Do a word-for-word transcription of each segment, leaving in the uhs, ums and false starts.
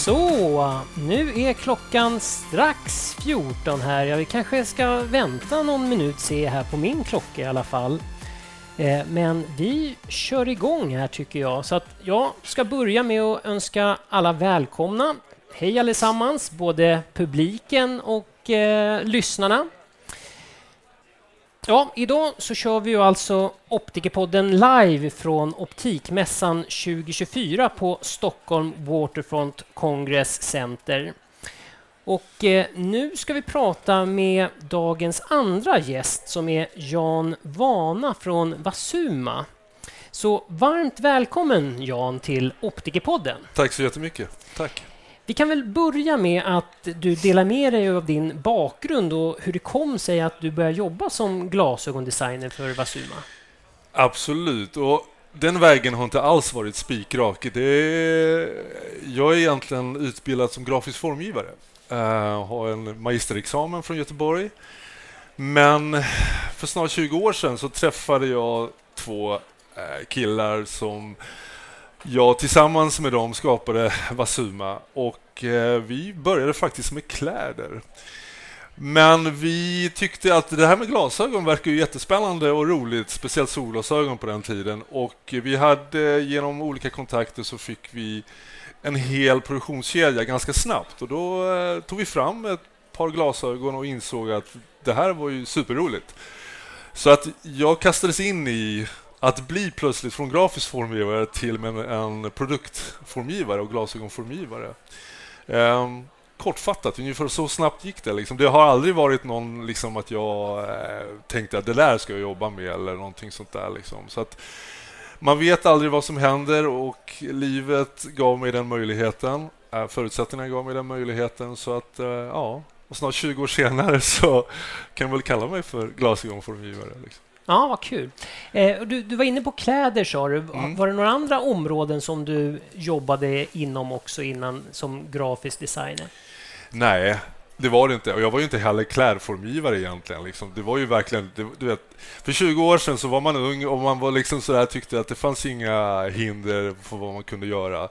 Så, nu är klockan strax fjorton här. Jag kanske ska vänta någon minut, se här på min klocka i alla fall. Eh, men vi kör igång här tycker jag. Så att jag ska börja med att önska alla välkomna. Hej allesammans, både publiken och eh, lyssnarna. Ja, idag så kör vi ju alltså Optikerpodden live från Optikmässan tjugo tjugofyra på Stockholm Waterfront Congress Center. Och eh, nu ska vi prata med dagens andra gäst som är Jan Vana från Vasuma. Så varmt välkommen Jan till Optikerpodden. Tack så jättemycket. Tack. Vi kan väl börja med att du delar med dig av din bakgrund och hur det kom sig att du började jobba som glasögondesigner för Vasuma. Absolut, och den vägen har inte alls varit spikrak. Det är... Jag är egentligen utbildad som grafisk formgivare. Jag har en magisterexamen från Göteborg. Men för snart tjugo år sedan så träffade jag två killar som... Jag tillsammans med dem skapade Vasuma och eh, vi började faktiskt med kläder. Men vi tyckte att det här med glasögon verkar ju jättespännande och roligt, speciellt solglasögon på den tiden. Och vi hade genom olika kontakter så fick vi en hel produktionskedja ganska snabbt. Och då eh, tog vi fram ett par glasögon och insåg att det här var ju superroligt. Så att jag kastades in i... Att bli plötsligt från grafisk formgivare till en, en produktformgivare och glasögonformgivare. Um, kortfattat, ungefär så snabbt gick det. Liksom. Det har aldrig varit någon liksom, att jag eh, tänkte att det där ska jag jobba med eller någonting sånt där. Liksom. Så att man vet aldrig vad som händer och livet gav mig den möjligheten. Eh, förutsättningarna gav mig den möjligheten. Så att, eh, ja, och snart tjugo år senare så kan jag väl kalla mig för glasögonformgivare. Liksom. Ja, vad kul. Eh, du, du var inne på kläder, sa du. Mm. Var det några andra områden som du jobbade inom också innan som grafisk designer? Nej, det var det inte. Och jag var ju inte heller klädformgivare egentligen. Liksom. Det var ju verkligen... Det, du vet, för tjugo år sedan så var man ung och man var liksom så där, tyckte att det fanns inga hinder för vad man kunde göra.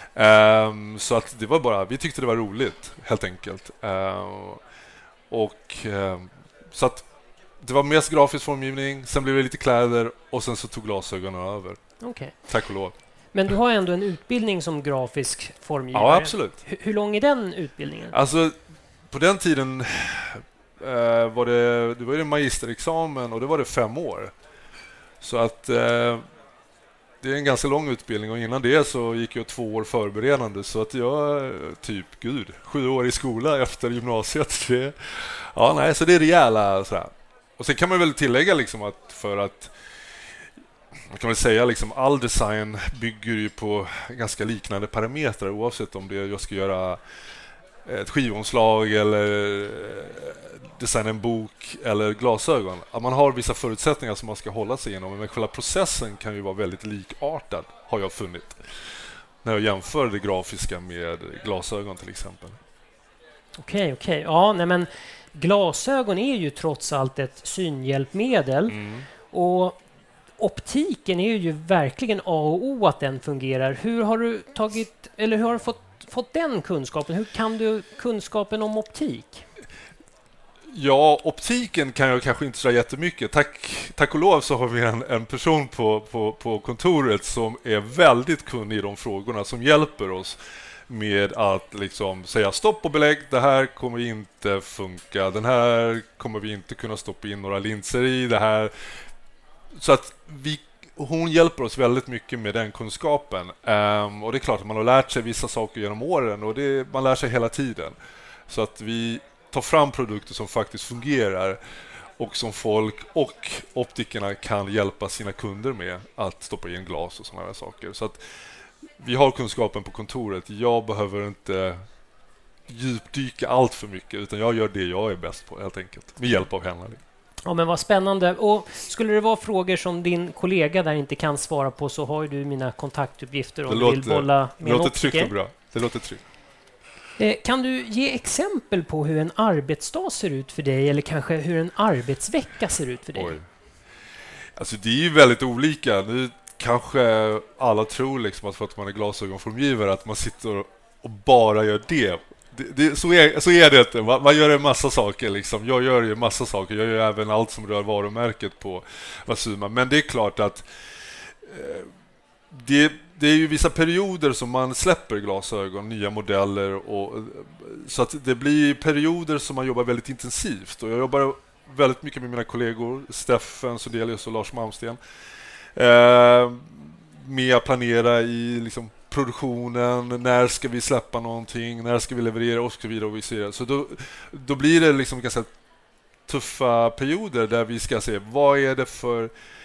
Um, så att det var bara... Vi tyckte det var roligt, helt enkelt. Uh, och um, så att... Det var mest grafisk formgivning, sen blev det lite kläder och sen så tog glasögonen över. Okay. Tack och lov. Men du har ändå en utbildning som grafisk formgivare. Ja, absolut. H- hur lång är den utbildningen? Alltså, på den tiden eh, var det, det var ju en magisterexamen och det var det fem år. Så att eh, det är en ganska lång utbildning och innan det så gick jag två år förberedande. Så att jag, typ, gud, sju år i skola efter gymnasiet. Det, ja, nej, så det är rejäla sådär. Och sen kan man väl tillägga liksom att för att man kan väl säga liksom all design bygger ju på ganska liknande parametrar oavsett om det jag ska göra ett skivomslag eller designa en bok eller glasögon. Att man har vissa förutsättningar som man ska hålla sig igenom, men själva processen kan ju vara väldigt likartad, har jag funnit. När jag jämför det grafiska med glasögon till exempel. Okej, okay, okej. Okay. Ja, nej men glasögon är ju trots allt ett synhjälpmedel mm. och optiken är ju verkligen A och O att den fungerar. Hur har du tagit eller hur har du fått, fått den kunskapen? Hur kan du kunskapen om optik? Ja, optiken kan jag kanske inte säga jättemycket. Tack, tack och lov så har vi en, en person på, på, på kontoret som är väldigt kunnig i de frågorna, som hjälper oss med att liksom säga stopp och belägg, det här kommer inte funka, den här kommer vi inte kunna stoppa in några linser i, det här. Så att vi, hon hjälper oss väldigt mycket med den kunskapen. Um, och det är klart att man har lärt sig vissa saker genom åren och det, man lär sig hela tiden. Så att vi tar fram produkter som faktiskt fungerar och som folk och optikerna kan hjälpa sina kunder med att stoppa in glas och sådana här saker. Så att vi har kunskapen på kontoret. Jag behöver inte djupdyka allt för mycket utan jag gör det jag är bäst på helt enkelt. Med hjälp av henne. Ja, men vad spännande. Och skulle det vara frågor som din kollega där inte kan svara på så har ju du mina kontaktuppgifter om du vill bolla med det låter tryggt och bra. Det låter tryggt. Kan du ge exempel på hur en arbetsdag ser ut för dig eller kanske hur en arbetsvecka ser ut för dig? Oj. Alltså det är ju väldigt olika. Nu kanske alla tror liksom att för att man är glasögonformgivare att man sitter och bara gör det. Det, det, så, är, så är det inte. Man, man gör en massa saker. Liksom. Jag gör ju en massa saker. Jag gör även allt som rör varumärket på Vasuma. Men det är klart att eh, det, det är ju vissa perioder som man släpper glasögon, nya modeller. Och, så att det blir perioder som man jobbar väldigt intensivt. Och jag jobbar väldigt mycket med mina kollegor, Steffen Sundelius och Lars Malmsten. Eh, med att planera i liksom, produktionen, när ska vi släppa någonting, när ska vi leverera och så vidare och vi ser. Så då, då blir det liksom ganska tuffa perioder där vi ska se vad är det för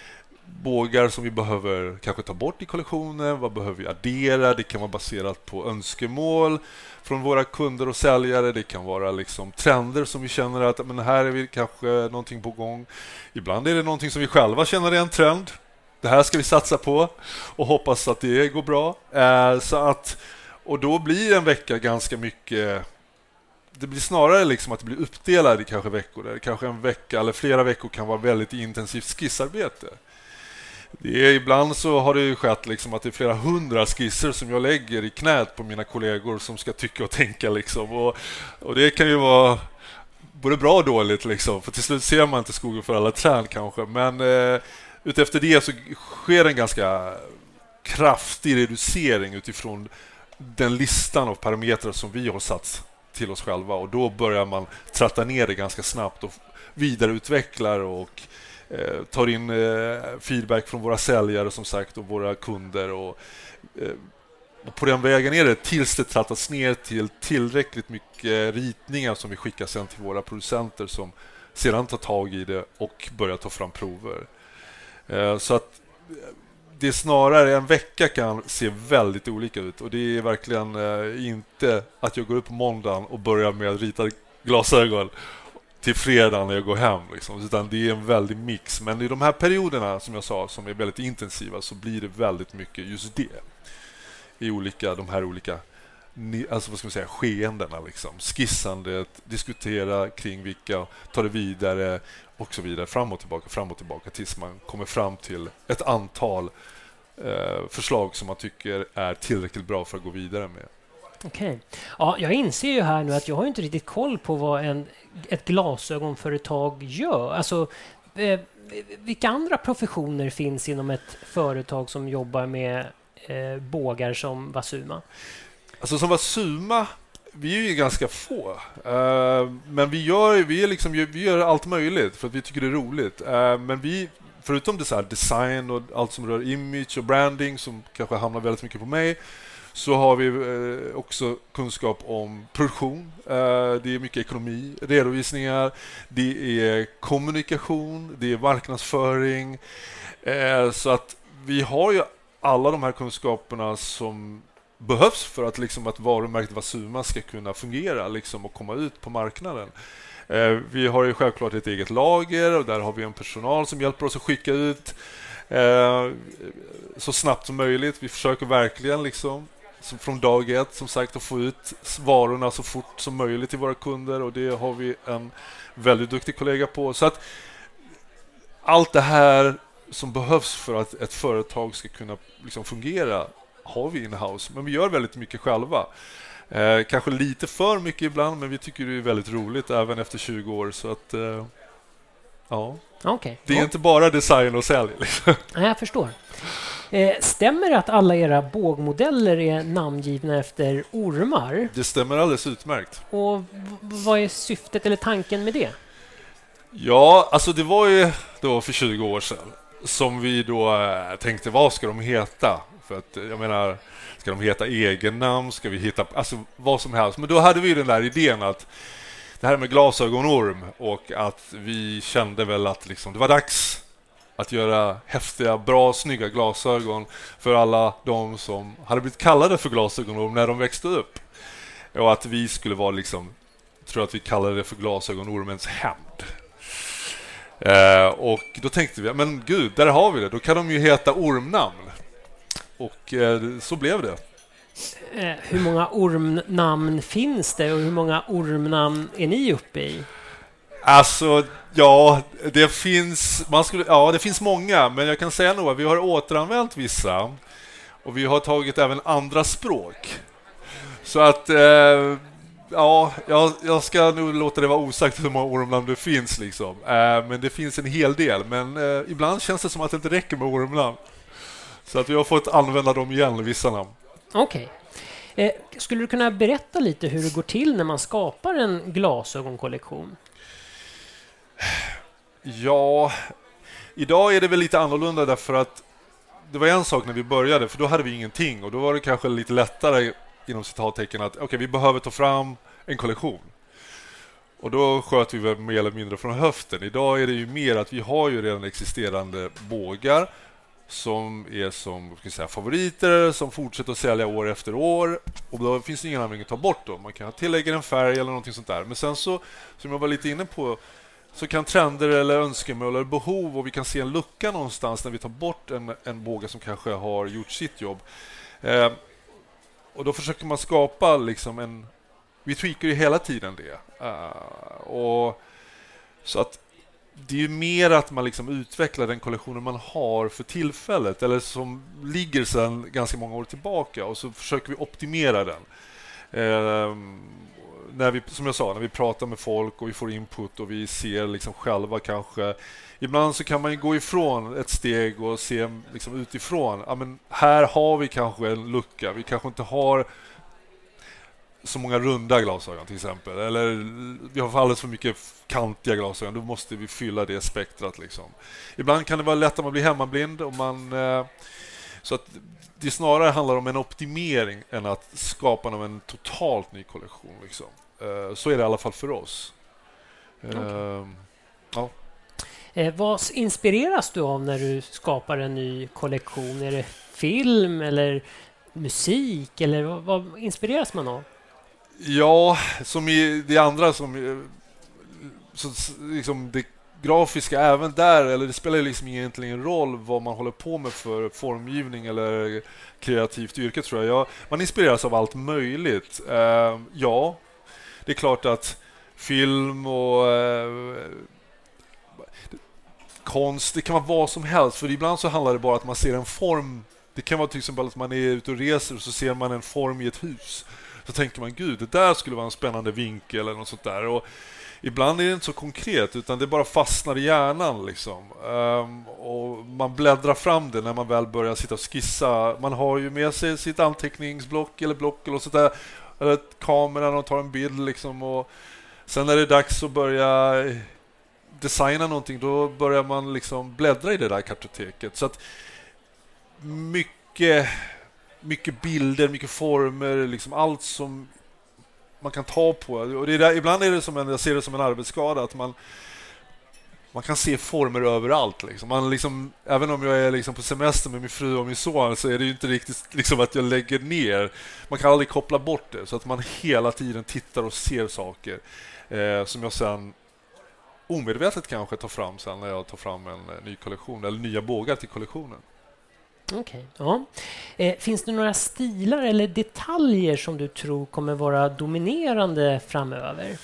bågar som vi behöver kanske ta bort i kollektionen, vad behöver vi addera, det kan vara baserat på önskemål från våra kunder och säljare, det kan vara liksom trender som vi känner att men här är vi kanske någonting på gång. Ibland är det någonting som vi själva känner är en trend. Det här ska vi satsa på och hoppas att det går bra. Eh, så att, och då blir en vecka ganska mycket... Det blir snarare liksom att det blir uppdelade i kanske veckor. Där kanske en vecka eller flera veckor kan vara väldigt intensivt skissarbete. Det är, ibland så har det ju skett liksom att det är flera hundra skisser som jag lägger i knät på mina kollegor som ska tycka och tänka. Liksom. Och, och det kan ju vara både bra och dåligt. Liksom. För till slut ser man inte skogen för alla träd kanske. Men... Eh, Utefter det så sker en ganska kraftig reducering utifrån den listan av parametrar som vi har satt till oss själva. Och då börjar man tratta ner det ganska snabbt och vidareutvecklar och eh, tar in eh, feedback från våra säljare som sagt och våra kunder. Och, eh, och på den vägen är det tills det trattas ner till tillräckligt mycket ritningar som vi skickar sen till våra producenter som sedan tar tag i det och börjar ta fram prover. Så att det är snarare en vecka kan se väldigt olika ut och det är verkligen inte att jag går upp på måndagen och börjar med att rita glasögon till fredag när jag går hem liksom, utan det är en väldig mix. Men i de här perioderna som jag sa som är väldigt intensiva så blir det väldigt mycket just det i olika, de här olika alltså vad ska man säga, skeendena liksom. Skissandet, diskutera kring vilka, ta det vidare och så vidare, fram och tillbaka, fram och tillbaka tills man kommer fram till ett antal eh, förslag som man tycker är tillräckligt bra för att gå vidare med. Okej. Okay. Ja, jag inser ju här nu att jag har inte riktigt koll på vad en, ett glasögonföretag gör. Alltså, eh, vilka andra professioner finns inom ett företag som jobbar med eh, bågar som Vasuma? Alltså som Vasuma, vi är ju ganska få. Uh, men vi gör, vi, är liksom, vi gör allt möjligt för att vi tycker det är roligt. Uh, men vi, förutom det så här design och allt som rör image och branding som kanske hamnar väldigt mycket på mig, så har vi uh, också kunskap om produktion. Uh, det är mycket ekonomi, redovisningar, det är kommunikation, det är marknadsföring. Uh, så att vi har ju alla de här kunskaperna som behövs för att, liksom, att varumärket Vasuma ska kunna fungera liksom, och komma ut på marknaden. Eh, vi har ju självklart ett eget lager och där har vi en personal som hjälper oss att skicka ut eh, så snabbt som möjligt. Vi försöker verkligen liksom, som från dag ett som sagt att få ut varorna så fort som möjligt till våra kunder och det har vi en väldigt duktig kollega på. Så att allt det här som behövs för att ett företag ska kunna liksom, fungera har vi in-house, men vi gör väldigt mycket själva. Eh, kanske lite för mycket ibland, men vi tycker det är väldigt roligt även efter tjugo år. Så att, eh, ja. Okay. Det är ja. inte bara design och sälj. Liksom. Nej, jag förstår. Eh, stämmer det att alla era bågmodeller är namngivna efter ormar? Det stämmer alldeles utmärkt. Och v- vad är syftet eller tanken med det? Ja, alltså det var ju då för tjugo år sedan som vi då eh, tänkte, vad ska de heta? För att, jag menar, ska de heta egennamn? Ska vi hitta, alltså vad som helst. Men då hade vi den där idén att det här med glasögonorm och att vi kände väl att liksom, det var dags att göra häftiga, bra, snygga glasögon för alla de som hade blivit kallade för glasögonorm när de växte upp. Och att vi skulle vara liksom, jag tror att vi kallade det för glasögonormens hämnd. Eh, och då tänkte vi, men gud, där har vi det. Då kan de ju heta ormnamn. Och eh, så blev det. Eh, hur många ormnamn finns det och hur många ormnamn är ni uppe i? Alltså, ja, det finns, man skulle, ja, det finns många, men jag kan säga nog att vi har återanvänt vissa och vi har tagit även andra språk. Så att eh, ja, jag, jag ska nog låta det vara osagt hur många ormland det finns liksom. Eh, men det finns en hel del, men eh, ibland känns det som att det inte räcker med ormland. Så att vi har fått använda dem igen, vissa namn. Okej. Okay. Eh, skulle du kunna berätta lite hur det går till när man skapar en glasögonkollektion? Ja, idag är det väl lite annorlunda därför att det var en sak när vi började, för då hade vi ingenting och då var det kanske lite lättare inom citattecken att okej, okay, vi behöver ta fram en kollektion. Och då sköt vi väl mer eller mindre från höften. Idag är det ju mer att vi har ju redan existerande bågar som är som ska säga, favoriter som fortsätter att sälja år efter år, och då finns det ingen anledning att ta bort dem. Man kan tillägga en färg eller någonting sånt där. Men sen så, som jag var lite inne på, så kan trender eller önskemål eller behov, och vi kan se en lucka någonstans när vi tar bort en, en båge som kanske har gjort sitt jobb. Eh, och då försöker man skapa liksom en... Vi tweakar ju hela tiden det. Uh, och så att det är ju mer att man liksom utvecklar den kollektionen man har för tillfället, eller som ligger sedan ganska många år tillbaka, och så försöker vi optimera den. Uh, när vi, som jag sa, när vi pratar med folk och vi får input och vi ser liksom själva kanske. Ibland så kan man ju gå ifrån ett steg och se liksom utifrån. Ja, men här har vi kanske en lucka. Vi kanske inte har så många runda glasögon till exempel. Eller vi har alldeles för mycket kantiga glasögon. Då måste vi fylla det spektrat liksom. Ibland kan det vara lätt att man blir hemmablind och man... Eh, så att det snarare handlar om en optimering än att skapa en totalt ny kollektion liksom. Eh, så är det i alla fall för oss. Eh, okay. Ja. Eh, vad inspireras du av när du skapar en ny kollektion? Är det film eller musik? Eller vad, vad inspireras man av? Ja, som i det andra som så, liksom det grafiska även där, eller det spelar liksom egentligen roll vad man håller på med för formgivning eller kreativt yrke, tror jag. jag man inspireras av allt möjligt. Uh, ja, det är klart att film och uh, konst, det kan vara vad som helst, för ibland så handlar det bara att man ser en form. Det kan vara till exempel att man är ute och reser och så ser man en form i ett hus. Så tänker man, gud, det där skulle vara en spännande vinkel eller något sånt där. Och ibland är det inte så konkret, utan det bara fastnar i hjärnan liksom. Um, och man bläddrar fram det när man väl börjar sitta och skissa. Man har ju med sig sitt anteckningsblock eller block eller sånt där, eller kameran och tar en bild liksom. Och sen när det är dags att börja designa någonting, då börjar man liksom bläddra i det där kartoteket. Så att mycket... mycket bilder, mycket former, liksom allt som man kan ta på. Och det är där, ibland är det som en, jag ser det som en arbetsskada, att man man kan se former överallt liksom. Man liksom, även om jag är liksom på semester med min fru och min son, så är det ju inte riktigt liksom att jag lägger ner. Man kan aldrig koppla bort det, så att man hela tiden tittar och ser saker eh, som jag sen omedvetet kanske tar fram sen när jag tar fram en ny kollektion eller nya bågar till kollektionen. Okej, okay, ja. Eh, finns det några stilar eller detaljer som du tror kommer vara dominerande framöver?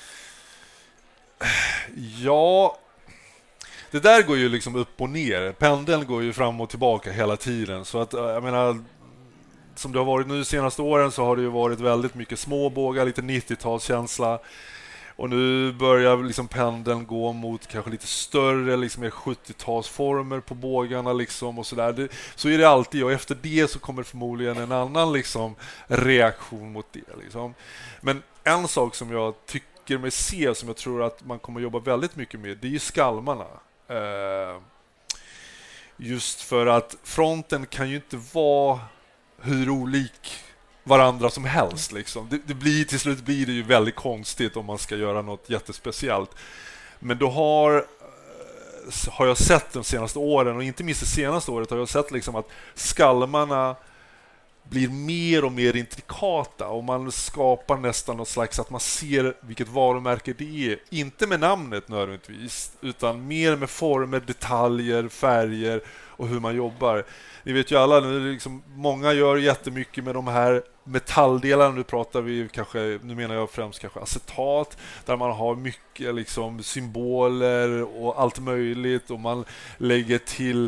Ja, det där går ju liksom upp och ner. Pendeln går ju fram och tillbaka hela tiden. Så att, jag menar, som det har varit nu de senaste åren så har det ju varit väldigt mycket små bågar, lite nittiotalskänsla. Och nu börjar liksom pendeln gå mot kanske lite större, liksom mer sjuttiotalsformer på bågarna liksom och sådär. Det, så är det alltid, och efter det så kommer förmodligen en annan liksom reaktion mot det liksom. Men en sak som jag tycker mig se, som jag tror att man kommer jobba väldigt mycket med, det är ju skalmarna. Eh, just för att fronten kan ju inte vara hur olik varandra som helst liksom. det, det blir till slut blir det ju väldigt konstigt om man ska göra något jättespeciellt. Men då har har jag sett de senaste åren, och inte minst det senaste året har jag sett liksom att skalmarna blir mer och mer intrikata, och man skapar nästan något slags att man ser vilket varumärke det är, inte med namnet nödvändigtvis, utan mer med former, detaljer, färger och hur man jobbar. Ni vet ju alla, nu liksom, många gör jättemycket med de här metalldelarna. Nu pratar vi kanske, nu menar jag främst kanske acetat, där man har mycket liksom symboler och allt möjligt, och man lägger till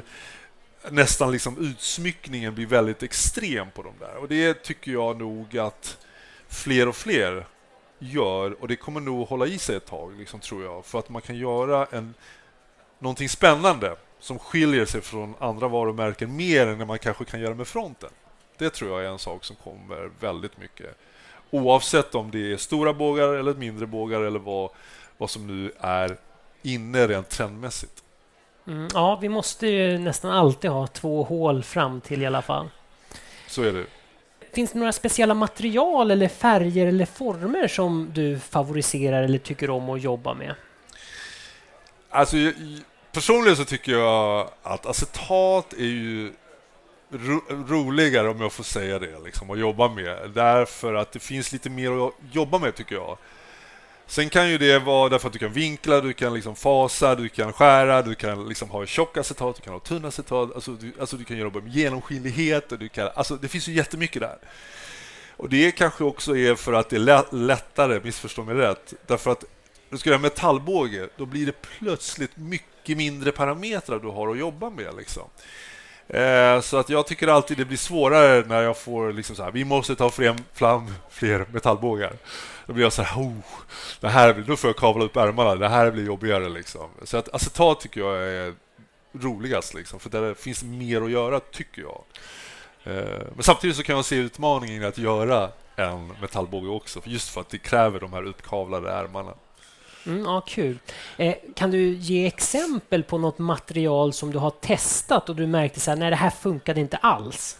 nästan liksom utsmyckningen blir väldigt extrem på de där. Och det tycker jag nog att fler och fler gör, och det kommer nog hålla i sig ett tag, liksom, tror jag, för att man kan göra en, någonting spännande som skiljer sig från andra varumärken mer än när man kanske kan göra med fronten. Det tror jag är en sak som kommer väldigt mycket. Oavsett om det är stora bågar eller mindre bågar eller vad, vad som nu är inne rent trendmässigt. Mm, ja, vi måste ju nästan alltid ha två hål fram till i alla fall. Så är det. Finns det några speciella material eller färger eller former som du favoriserar eller tycker om att jobba med? Alltså, personligen så tycker jag att acetat är ju ro- roligare, om jag får säga det, liksom, att jobba med. Därför att det finns lite mer att jobba med, tycker jag. Sen kan ju det vara därför att du kan vinkla, du kan liksom fasa, du kan skära, du kan liksom ha tjock acetat, du kan ha tunn acetat, alltså du, alltså du kan jobba med genomskinlighet, och du kan, alltså det finns ju jättemycket där. Och det kanske också är för att det är lättare, missförstå mig rätt, därför att du ska göra metallbåge, då blir det plötsligt mycket mindre parametrar du har att jobba med, liksom. Eh, så att jag tycker alltid det blir svårare när jag får liksom så här, vi måste ta fler, fram fler metallbågar. Då blir jag så här, oh, det här blir, då får jag kavla upp ärmarna, det här blir jobbigare, liksom. Så att acetat tycker jag är roligast, liksom, för där finns mer att göra, tycker jag. Eh, men samtidigt så kan jag se utmaningen i att göra en metallbåge också, just för att det kräver de här uppkavlade ärmarna. Mm, ja, kul. Eh, kan du ge exempel på något material som du har testat och du märkte så här, nej, det här funkade inte alls?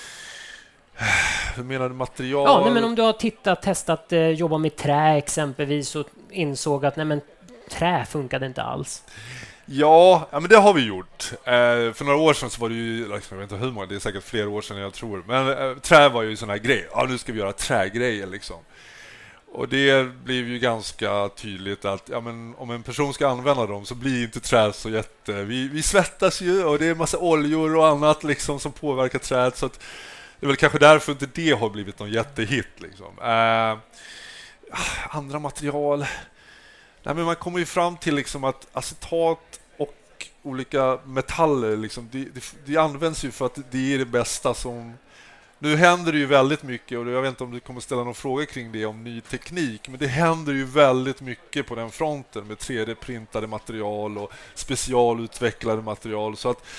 Hur menar du material? Ja, nej, men om du har tittat, testat, eh, jobba med trä exempelvis och insåg att nej, men trä funkade inte alls. Ja, ja men det har vi gjort. Eh, för några år sedan så var det ju, liksom, jag vet inte hur många, det är säkert fler år sedan jag tror. Men eh, trä var ju sån här grej. Ja, nu ska vi göra trägrejer, liksom. Och det blev ju ganska tydligt att ja, men om en person ska använda dem så blir inte trä så jätte... Vi, vi svettas ju, och det är en massa oljor och annat, liksom, som påverkar träet. Så att det är väl kanske därför inte det har blivit någon jättehit, liksom. Eh, andra material... Nej, men man kommer ju fram till, liksom, att acetat och olika metaller, liksom, det, det, det används ju för att det är det bästa som... Nu händer det ju väldigt mycket, och jag vet inte om du kommer ställa någon fråga kring det om ny teknik, men det händer ju väldigt mycket på den fronten med tre D-printade material och specialutvecklade material. Så att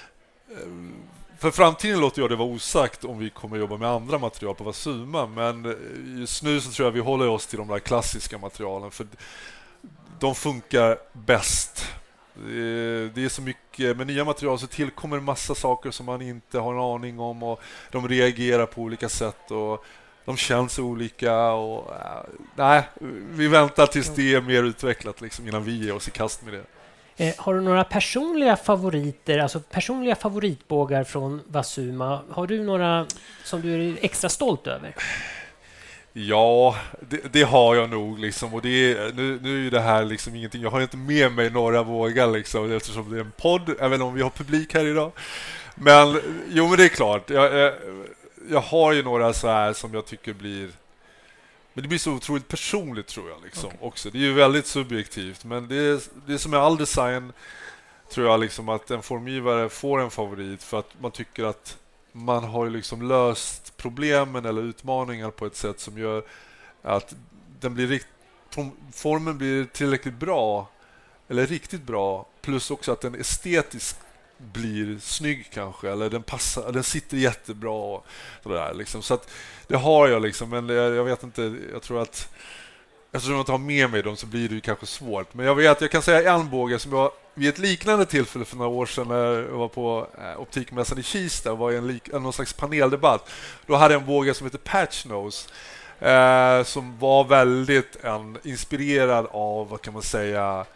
för framtiden låter jag det vara osagt om vi kommer jobba med andra material på Vasuma, men just nu så tror jag vi håller oss till de där klassiska materialen, för de funkar bäst. Det är så mycket med nya material, så tillkommer en massa saker som man inte har en aning om, och de reagerar på olika sätt och de känns olika, och äh, nej, vi väntar tills det är mer utvecklat, liksom, innan vi ger oss i kast med det. Eh, har du några personliga favoriter, alltså personliga favoritbågar från Vasuma? Har du några som du är extra stolt över? Ja, det, det har jag nog, liksom, och det är, nu, nu är ju det här liksom ingenting, jag har inte med mig några vågar, liksom, eftersom det är en podd, även om vi har publik här idag. Men jo, men det är klart, jag, jag, jag har ju några så här som jag tycker blir, men det blir så otroligt personligt, tror jag, liksom, okay. också. Det är ju väldigt subjektivt, men det är, det är som med all design, tror jag, liksom, att en formgivare får en favorit för att man tycker att man har liksom löst problemen eller utmaningar på ett sätt som gör att den blir rikt- formen blir tillräckligt bra eller riktigt bra, plus också att den estetiskt blir snygg kanske, eller den passar, den sitter jättebra och sådär, liksom. Så att det har jag, liksom, men jag vet inte, jag tror att eftersom jag inte har med mig dem så blir det ju kanske svårt. Men jag vet, jag kan säga en båge som jag vid ett liknande tillfälle för några år sedan när jag var på eh, optikmässan i Kista och var i en, lik, en någon slags paneldebatt. Då hade jag en båge som heter Patchnose eh, som var väldigt en, inspirerad av, vad kan man säga,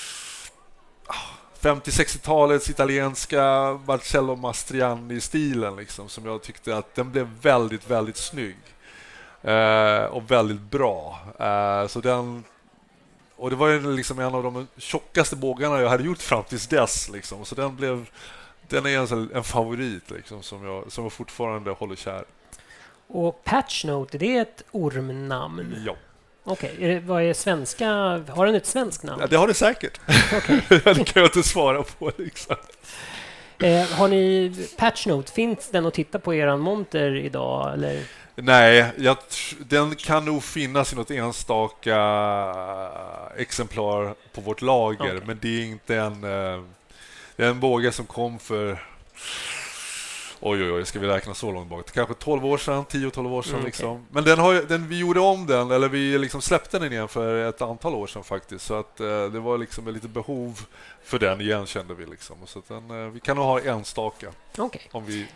femtio-sextiotalets italienska Marcello Mastroianni-stilen, liksom, som jag tyckte att den blev väldigt, väldigt snygg. Uh, och väldigt bra. Uh, så den, och det var ju liksom en av de tjockaste bågarna jag hade gjort fram tills dess, liksom. Så den blev, den är en, en favorit, liksom, som jag, som jag fortfarande håller kär. Och Patchnote, det är ett ormnamn? Ja. Okej, okay. Vad är svenska? Har den ett svenskt namn? Ja, det har det säkert. Okay. Det kan jag inte svara på, liksom. Eh, har ni Patchnote? Finns den att titta på eran monter idag, eller? Nej, jag, den kan nog finnas i något enstaka exemplar på vårt lager, okay. Men det är inte en, det är en båge som kom för oj oj oj, ska vi räkna så långt bak? Kanske tolv år sedan, tio tolv år sedan mm, liksom. Okay. Men den har den vi gjorde om den eller vi liksom släppte den igen för ett antal år sedan faktiskt, så att eh, det var liksom ett litet behov för den igen, kände vi liksom. Så att den, eh, vi kan nog ha enstaka. Okay. Om vi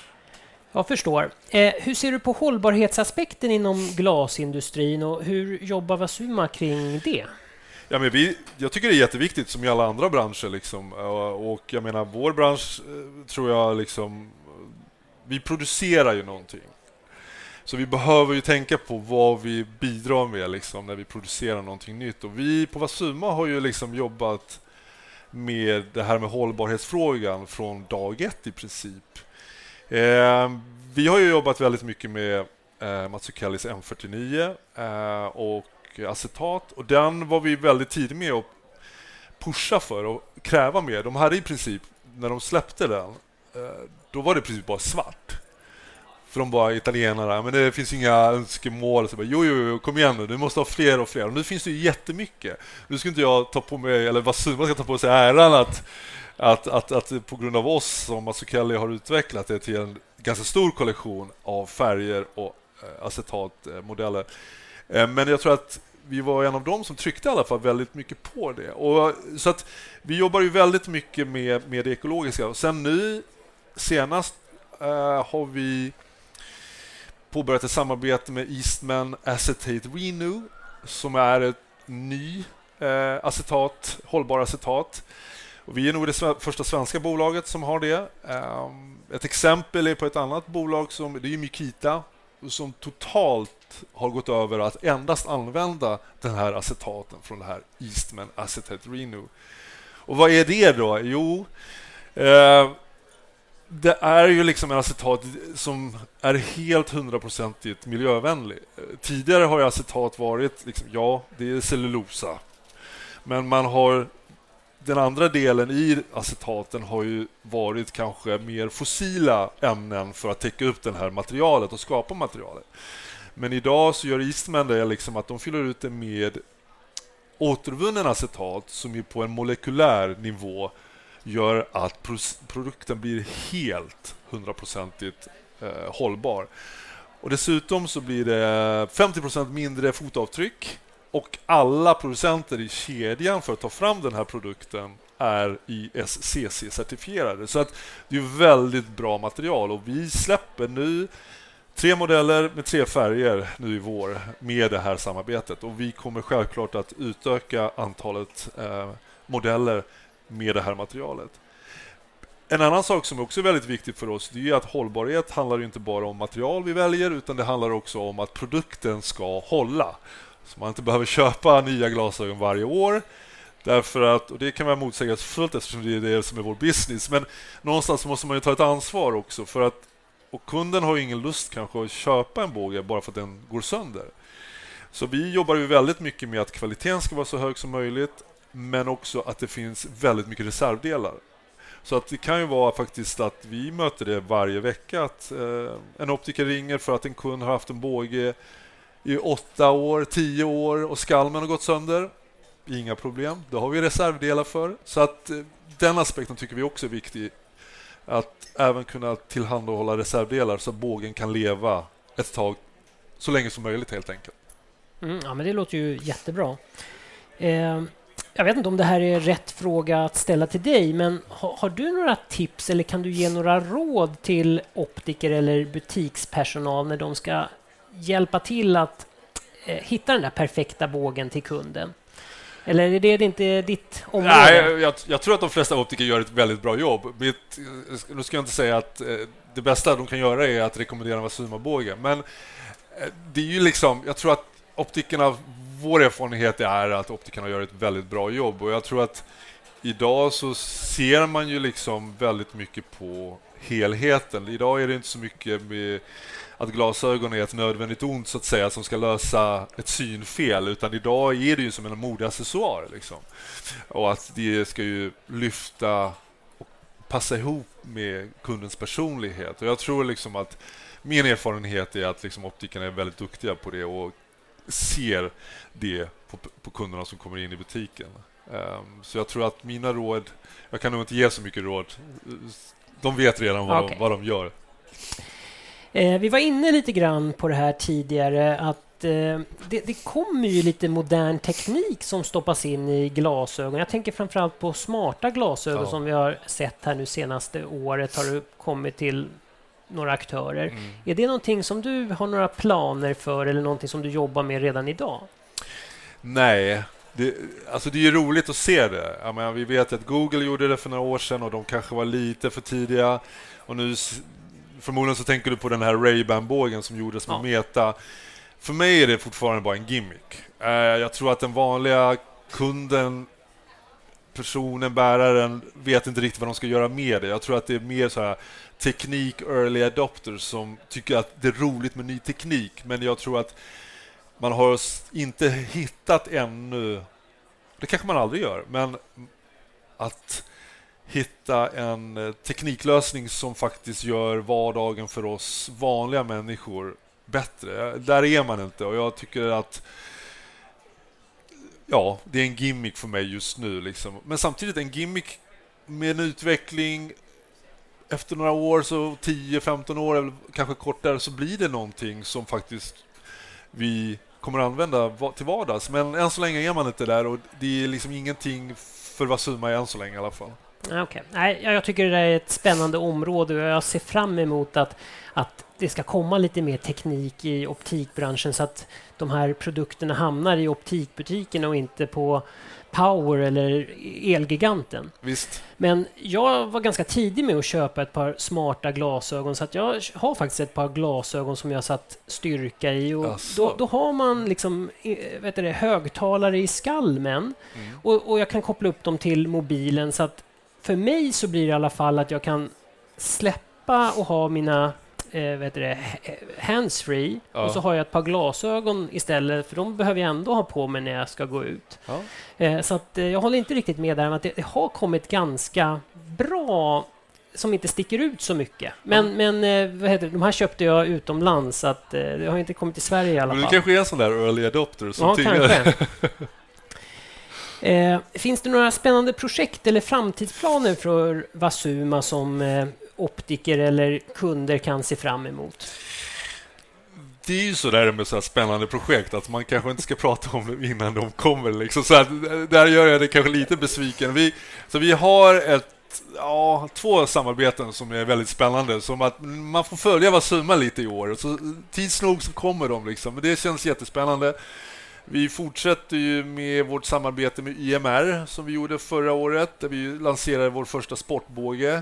Jag förstår. Eh, hur ser du på hållbarhetsaspekten inom glasindustrin och hur jobbar Vasuma kring det? Ja, men vi, jag tycker det är jätteviktigt som i alla andra branscher. Liksom. Och jag menar, vår bransch tror jag liksom, vi producerar ju någonting. Så vi behöver ju tänka på vad vi bidrar med liksom, när vi producerar någonting nytt. Och vi på Vasuma har ju liksom jobbat med det här med hållbarhetsfrågan från dag ett i princip. Eh, vi har ju jobbat väldigt mycket med eh, Mazzucchellis M fyrtionio eh, och acetat, och den var vi väldigt tidigt med att pusha för och kräva mer. De hade i princip, när de släppte den, eh, då var det i princip bara svart. För de var italienare, men det finns inga önskemål. Så bara, jo, jo, jo, kom igen nu, du måste ha fler och fler. Och nu finns det ju jättemycket. Nu ska inte jag ta på mig, eller Vasuma ska ta på sig äran att Att, att, att på grund av oss som Mazzucchelli har utvecklat det till en ganska stor kollektion av färger och eh, acetatmodeller. Eh, men jag tror att vi var en av dem som tryckte i alla fall väldigt mycket på det. Och, så att vi jobbar ju väldigt mycket med, med det ekologiska. Och sen nu senast eh, har vi påbörjat ett samarbete med Eastman Acetate Renew som är ett ny eh, acetat, hållbar acetat. Och vi är nog det första svenska bolaget som har det. Ett exempel är på ett annat bolag, som det är Mykita, som totalt har gått över att endast använda den här acetaten från det här Eastman Acetate Renew. Och vad är det då? Jo, eh, det är ju liksom en acetat som är helt hundraprocentigt miljövänlig. Tidigare har ju acetat varit, liksom, ja, det är cellulosa. Men man har den andra delen i acetaten har ju varit kanske mer fossila ämnen för att täcka upp det här materialet och skapa materialet. Men idag så gör Eastman det liksom att de fyller ut det med återvunnen acetat som är på en molekylär nivå gör att produkten blir helt hundraprocentigt eh, hållbar. Och dessutom så blir det femtio procent mindre fotavtryck. Och alla producenter i kedjan för att ta fram den här produkten är I S C C-certifierade. Så att det är väldigt bra material. Och vi släpper nu tre modeller med tre färger nu i vår med det här samarbetet. Och vi kommer självklart att utöka antalet eh, modeller med det här materialet. En annan sak som också är väldigt viktig för oss, det är att hållbarhet handlar inte bara om material vi väljer, utan det handlar också om att produkten ska hålla. Så man inte behöver köpa nya glasögon varje år. Därför att, och det kan vara motsägelsefullt eftersom det är det som är vår business. Men någonstans måste man ju ta ett ansvar också. För att, och kunden har ju ingen lust kanske att köpa en båge bara för att den går sönder. Så vi jobbar ju väldigt mycket med att kvaliteten ska vara så hög som möjligt. Men också att det finns väldigt mycket reservdelar. Så att det kan ju vara faktiskt att vi möter det varje vecka. Att eh, en optiker ringer för att en kund har haft en båge i åtta år, tio år och skalmen har gått sönder. Inga problem, det har vi reservdelar för. Så att eh, den aspekten tycker vi också är viktig. Att även kunna tillhandahålla reservdelar så att bågen kan leva ett tag så länge som möjligt helt enkelt. Mm, ja, men det låter ju jättebra. Eh, jag vet inte om det här är rätt fråga att ställa till dig, men har, har du några tips eller kan du ge några råd till optiker eller butikspersonal när de ska hjälpa till att eh, hitta den där perfekta bågen till kunden? Eller är det inte ditt område? Nej, jag, jag tror att de flesta optiker gör ett väldigt bra jobb. Mitt, nu ska jag inte säga att eh, det bästa de kan göra är att rekommendera en Vasuma-båge. Men eh, det är ju liksom, jag tror att optikerna, vår erfarenhet är att optikerna gör ett väldigt bra jobb. Och jag tror att idag så ser man ju liksom väldigt mycket på helheten. Idag är det inte så mycket med att glasögon är ett nödvändigt ont så att säga som ska lösa ett synfel, utan idag är det ju som en modeaccessoar liksom. Och att det ska ju lyfta och passa ihop med kundens personlighet. Och jag tror liksom att min erfarenhet är att liksom optikerna är väldigt duktiga på det och ser det på, på kunderna som kommer in i butiken. Um, så jag tror att mina råd, jag kan nog inte ge så mycket råd. De vet redan vad, okay. de, vad de gör. Eh, vi var inne lite grann på det här tidigare att eh, det, det kommer ju lite modern teknik som stoppas in i glasögon. Jag tänker framförallt på smarta glasögon ja. som vi har sett här nu senaste året har det kommit till några aktörer. Mm. Är det någonting som du har några planer för eller någonting som du jobbar med redan idag? Nej, det, alltså det är roligt att se det. Jag menar, vi vet att Google gjorde det för några år sedan och de kanske var lite för tidiga. Och nu förmodligen så tänker du på den här Ray-Ban-bågen som gjordes med ja. Meta. För mig är det fortfarande bara en gimmick. Uh, jag tror att den vanliga kunden, personen, bäraren vet inte riktigt vad de ska göra med det. Jag tror att det är mer så här teknik early adopters som tycker att det är roligt med ny teknik. Men jag tror att man har inte hittat ännu, det kanske man aldrig gör, men att hitta en tekniklösning som faktiskt gör vardagen för oss vanliga människor bättre. Där är man inte och jag tycker att ja, det är en gimmick för mig just nu liksom. Men samtidigt en gimmick med en utveckling efter några år, så tio femton år eller kanske kortare, så blir det någonting som faktiskt vi kommer att använda till vardags. Men än så länge är man inte där och det är liksom ingenting för Vasuma än så länge i alla fall. Okay. Nej, jag tycker det är ett spännande område och jag ser fram emot att, att det ska komma lite mer teknik i optikbranschen så att de här produkterna hamnar i optikbutiken och inte på Power eller Elgiganten. Visst. Men jag var ganska tidig med att köpa ett par smarta glasögon så att jag har faktiskt ett par glasögon som jag satt styrka i och då, då har man liksom vet du, högtalare i skalmen mm. och, och jag kan koppla upp dem till mobilen så att för mig så blir det i alla fall att jag kan släppa och ha mina eh, vet du det, handsfree ja. och så har jag ett par glasögon istället för de behöver jag ändå ha på mig när jag ska gå ut. Ja. Eh, så att, eh, jag håller inte riktigt med där att det, det har kommit ganska bra som inte sticker ut så mycket. Men, ja. men eh, vad heter det? De här köpte jag utomlands så att, eh, det har inte kommit till Sverige i alla fall. Men det kanske är en sån där early adopter som ja, kanske. Eh, finns det några spännande projekt eller framtidsplaner för Vasuma som eh, optiker eller kunder kan se fram emot? Det är ju så där med så här spännande projekt att man kanske inte ska prata om dem innan de kommer. Liksom. Så att, där gör jag det kanske lite besviken. Vi, så vi har ett, ja, två samarbeten som är väldigt spännande. Som att man får följa Vasuma lite i år. Så tids nog så kommer de. Liksom. Men det känns jättespännande. Vi fortsätter ju med vårt samarbete med Y M R som vi gjorde förra året där vi lanserade vår första sportbåge.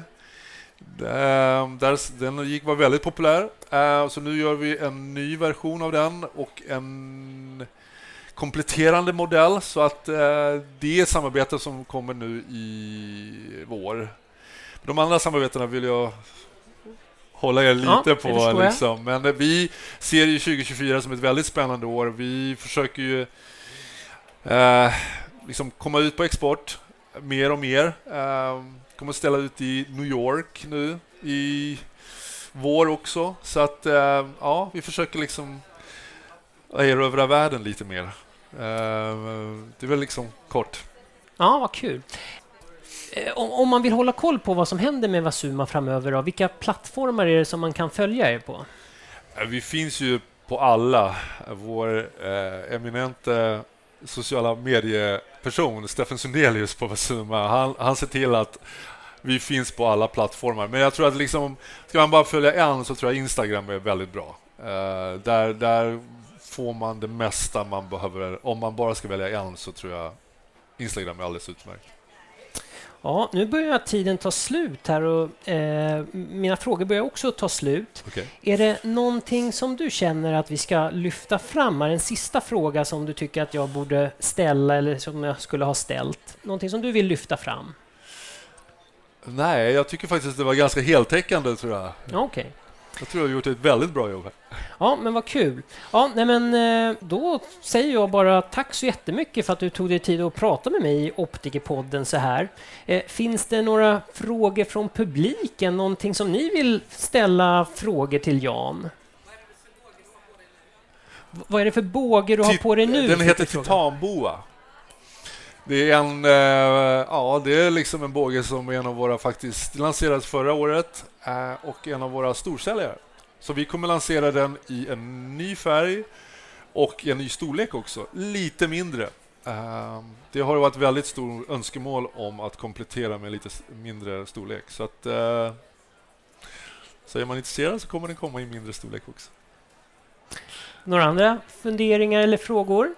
Där, den gick var väldigt populär. Så nu gör vi en ny version av den och en kompletterande modell så att det är samarbete som kommer nu i vår. De andra samarbetena vill jag hålla er lite ja, på liksom. Men vi ser ju tjugo tjugofyra som ett väldigt spännande år. Vi försöker ju eh, liksom komma ut på export mer och mer. Eh, kommer att ställa ut i New York nu i vår också. Så att eh, ja, vi försöker liksom erövra världen lite mer. Eh, det är väl liksom kort. Ja, vad kul. Om man vill hålla koll på vad som händer med Vasuma framöver, då, vilka plattformar är det som man kan följa er på? Vi finns ju på alla. Vår eh, eminente sociala medieperson Stefan Sundelius på Vasuma, han, han ser till att vi finns på alla plattformar. Men jag tror att liksom, ska man bara följa en så tror jag Instagram är väldigt bra. Eh, där, där får man det mesta man behöver. Om man bara ska välja en så tror jag Instagram är alldeles utmärkt. Ja, nu börjar tiden ta slut här och eh, mina frågor börjar också ta slut. Okay. Är det någonting som du känner att vi ska lyfta fram? Är det en sista fråga som du tycker att jag borde ställa eller som jag skulle ha ställt? Någonting som du vill lyfta fram? Nej, jag tycker faktiskt att det var ganska heltäckande tror jag. Okej. Okay. Jag tror jag har gjort ett väldigt bra jobb här. Ja, men vad kul. Ja, nej men då säger jag bara tack så jättemycket för att du tog dig tid att prata med mig i Optikerpodden så här. Eh, finns det några frågor från publiken? Någonting som ni vill ställa frågor till Jan? Vad är det för båge du har på dig nu? Den heter titanboa. Det är en, eh, ja, det är liksom en båge som är en av våra faktiskt lanserades förra året eh, och en av våra storsäljare. Så vi kommer lansera den i en ny färg och en ny storlek också, lite mindre. Eh, det har varit väldigt stor önskemål om att komplettera med lite mindre storlek. Så att eh, så är man intresserad så kommer den komma i mindre storlek också. Några andra funderingar eller frågor?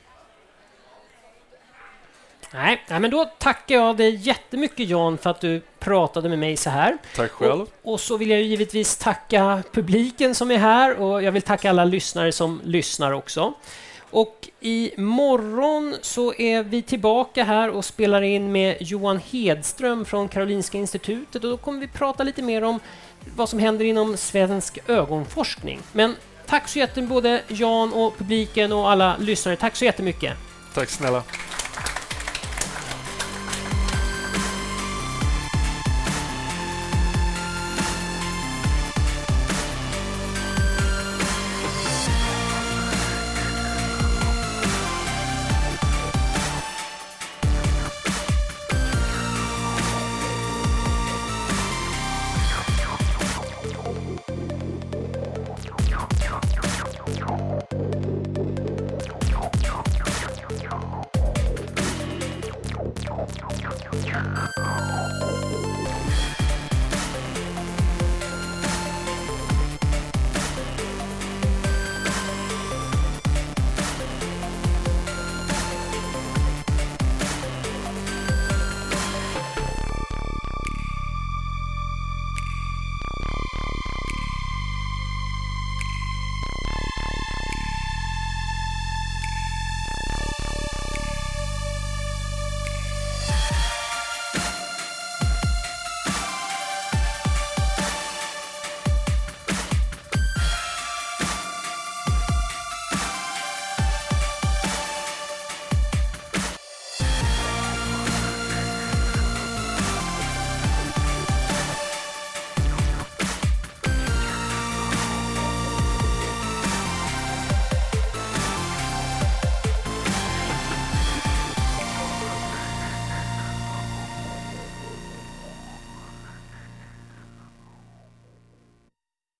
Nej, nej, men då tackar jag dig jättemycket Jan för att du pratade med mig så här. Tack själv. Och, och så vill jag givetvis tacka publiken som är här och jag vill tacka alla lyssnare som lyssnar också. Och imorgon så är vi tillbaka här och spelar in med Johan Hedström från Karolinska institutet och då kommer vi prata lite mer om vad som händer inom svensk ögonforskning. Men tack så jättemycket både Jan och publiken och alla lyssnare. Tack så jättemycket. Tack snälla.